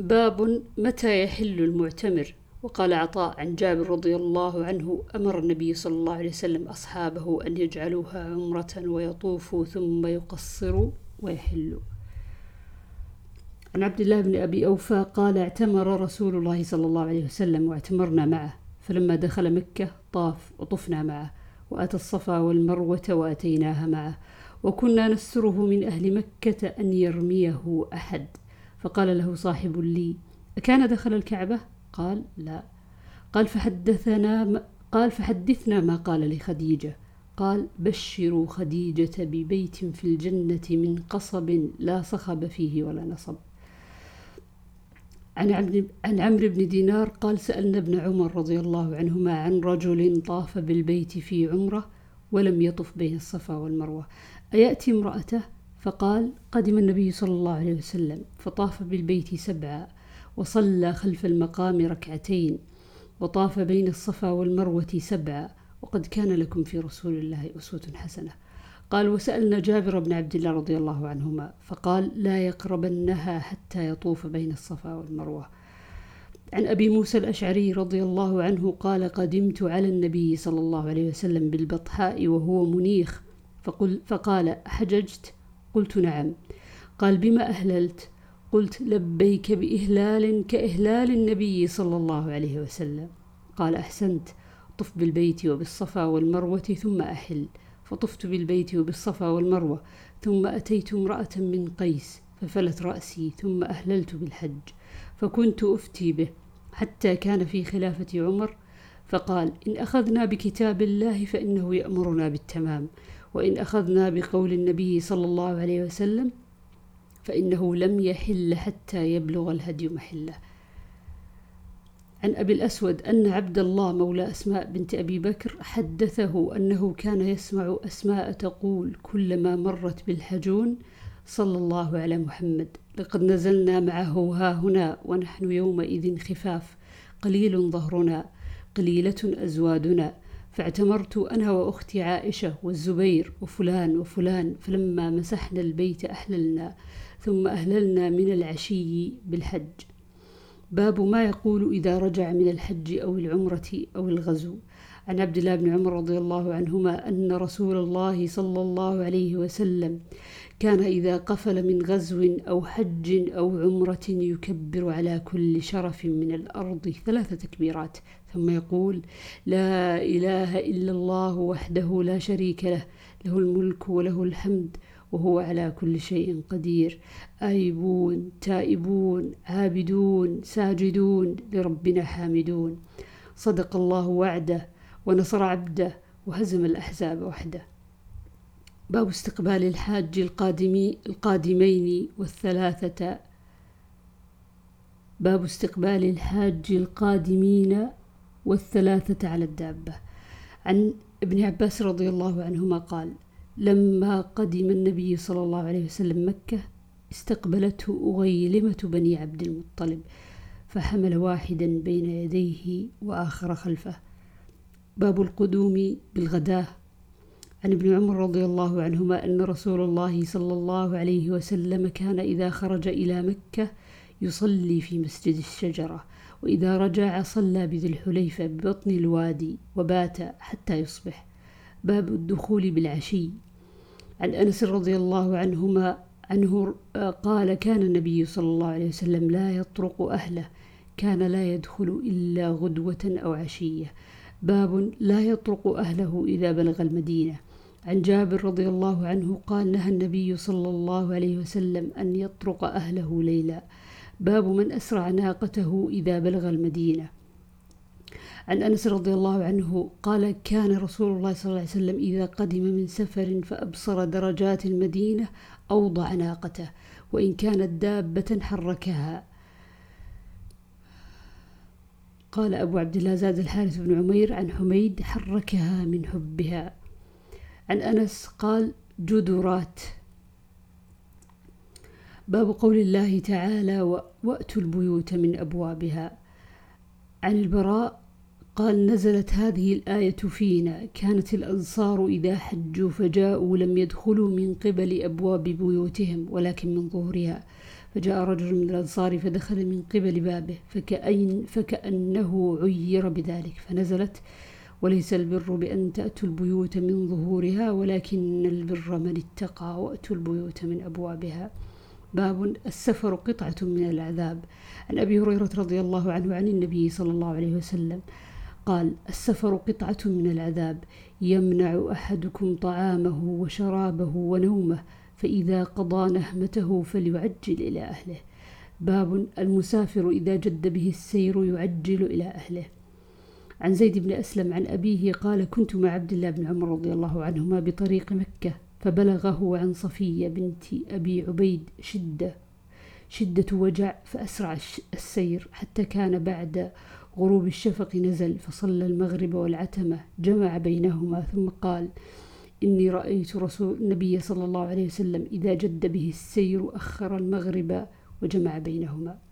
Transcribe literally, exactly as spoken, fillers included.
باب متى يحل المعتمر. وقال عطاء عن جابر رضي الله عنه: أمر النبي صلى الله عليه وسلم أصحابه أن يجعلوها عمرة ويطوفوا ثم يقصروا ويحلوا. عن عبد الله بن أبي أوفى قال: اعتمر رسول الله صلى الله عليه وسلم واعتمرنا معه، فلما دخل مكة طاف وطفنا معه، وأتى الصفا والمروة وأتيناها معه، وكنا نستره من أهل مكة أن يرميه أحد. فقال له صاحب لي: أكان دخل الكعبة؟ قال: لا. قال فحدثنا قال فحدثنا ما قال لخديجة. قال: بشروا خديجة ببيت في الجنة من قصب لا صخب فيه ولا نصب. عن عن عمرو بن دينار قال: سألنا ابن عمر رضي الله عنهما عن رجل طاف بالبيت في عمرة ولم يطف بين الصفا والمروة، أيأتي امرأته؟ فقال: قدم النبي صلى الله عليه وسلم فطاف بالبيت سبعا، وصلى خلف المقام ركعتين، وطاف بين الصفا والمروة سبعا، وقد كان لكم في رسول الله أسوة حسنة. قال: وسألنا جابر بن عبد الله رضي الله عنهما فقال: لا يقربنها حتى يطوف بين الصفا والمروة. عن أبي موسى الأشعري رضي الله عنه قال: قدمت على النبي صلى الله عليه وسلم بالبطحاء وهو منيخ، فقل فقال: حججت؟ قلت: نعم. قال: بما أهللت؟ قلت: لبيك بإهلال كإهلال النبي صلى الله عليه وسلم. قال: أحسنت، طف بالبيت وبالصفا والمروة ثم أحل. فطفت بالبيت وبالصفا والمروة، ثم أتيت امرأة من قيس ففلت رأسي، ثم أهللت بالحج، فكنت أفتي به حتى كان في خلافة عمر، فقال: إن أخذنا بكتاب الله فإنه يأمرنا بالتمام، وإن أخذنا بقول النبي صلى الله عليه وسلم فإنه لم يحل حتى يبلغ الهدي محله. عن أبي الأسود أن عبد الله مولى أسماء بنت أبي بكر حدثه أنه كان يسمع أسماء تقول كلما مرت بالحجون: صلى الله على محمد، لقد نزلنا معه ها هنا ونحن يومئذ خفاف، قليل ظهرنا، قليلة أزوادنا. فاعتمرت أنا وأختي عائشة والزبير وفلان وفلان، فلما مسحنا البيت أحللنا، ثم أهللنا من العشي بالحج. باب ما يقول إذا رجع من الحج أو العمرة أو الغزو. عن عبد الله بن عمر رضي الله عنهما أن رسول الله صلى الله عليه وسلم كان إذا قفل من غزو أو حج أو عمرة يكبر على كل شرف من الأرض ثلاث تكبيرات، ثم يقول: لا إله إلا الله وحده لا شريك له، له الملك وله الحمد وهو على كل شيء قدير، آيبون تائبون عابدون ساجدون لربنا حامدون، صدق الله وعده ونصر عبده وهزم الأحزاب وحده. باب استقبال الحاج القادمي القادمين والثلاثة باب استقبال الحاج القادمين والثلاثة على الدابة. عن ابن عباس رضي الله عنهما قال: لما قدم النبي صلى الله عليه وسلم مكة استقبلته أغيلمة بني عبد المطلب، فحمل واحدا بين يديه وآخر خلفه. باب القدوم بالغداة. عن ابن عمر رضي الله عنهما أن رسول الله صلى الله عليه وسلم كان إذا خرج إلى مكة يصلي في مسجد الشجرة، وإذا رجع صلى بذي الحليفة ببطن الوادي وبات حتى يصبح. باب الدخول بالعشي. عن أنس رضي الله عنهما عنه قال: كان النبي صلى الله عليه وسلم لا يطرق أهله، كان لا يدخل إلا غدوة أو عشية. باب لا يطرق أهله إذا بلغ المدينة. عن جابر رضي الله عنه قال: نهى النبي صلى الله عليه وسلم أن يطرق أهله ليلا. باب من أسرع ناقته إذا بلغ المدينة. عن أنس رضي الله عنه قال: كان رسول الله صلى الله عليه وسلم إذا قدم من سفر فأبصر درجات المدينة أوضع ناقته، وإن كانت دابة حركها. قال أبو عبد الله: زاد الحارث بن عمير عن حميد: حركها من حبها. عن أنس قال: جدرات. باب قول الله تعالى: وأتوا البيوت من أبوابها. عن البراء قال: نزلت هذه الآية فينا، كانت الأنصار إذا حجوا فجاءوا لم يدخلوا من قبل أبواب بيوتهم ولكن من ظهورها، فجاء رجل من الأنصار فدخل من قبل بابه فكأن فكأنه عير بذلك، فنزلت: وليس البر بأن تأتوا البيوت من ظهورها ولكن البر من اتقى وأتوا البيوت من أبوابها. باب السفر قطعة من العذاب. عن أبي هريرة رضي الله عنه عن النبي صلى الله عليه وسلم قال: السفر قطعة من العذاب، يمنع أحدكم طعامه وشرابه ونومه، فإذا قضى نهمته فليعجل إلى أهله. باب المسافر إذا جد به السير يعجل إلى أهله. عن زيد بن أسلم عن أبيه قال: كنت مع عبد الله بن عمر رضي الله عنهما بطريق مكة، فبلغه عن صفية بنت أبي عبيد شدة شدة وجع، فأسرع السير حتى كان بعد غروب الشفق نزل فصلى المغرب والعتمة، جمع بينهما، ثم قال: إني رأيت رسول النبي صلى الله عليه وسلم إذا جد به السير أخر المغرب وجمع بينهما.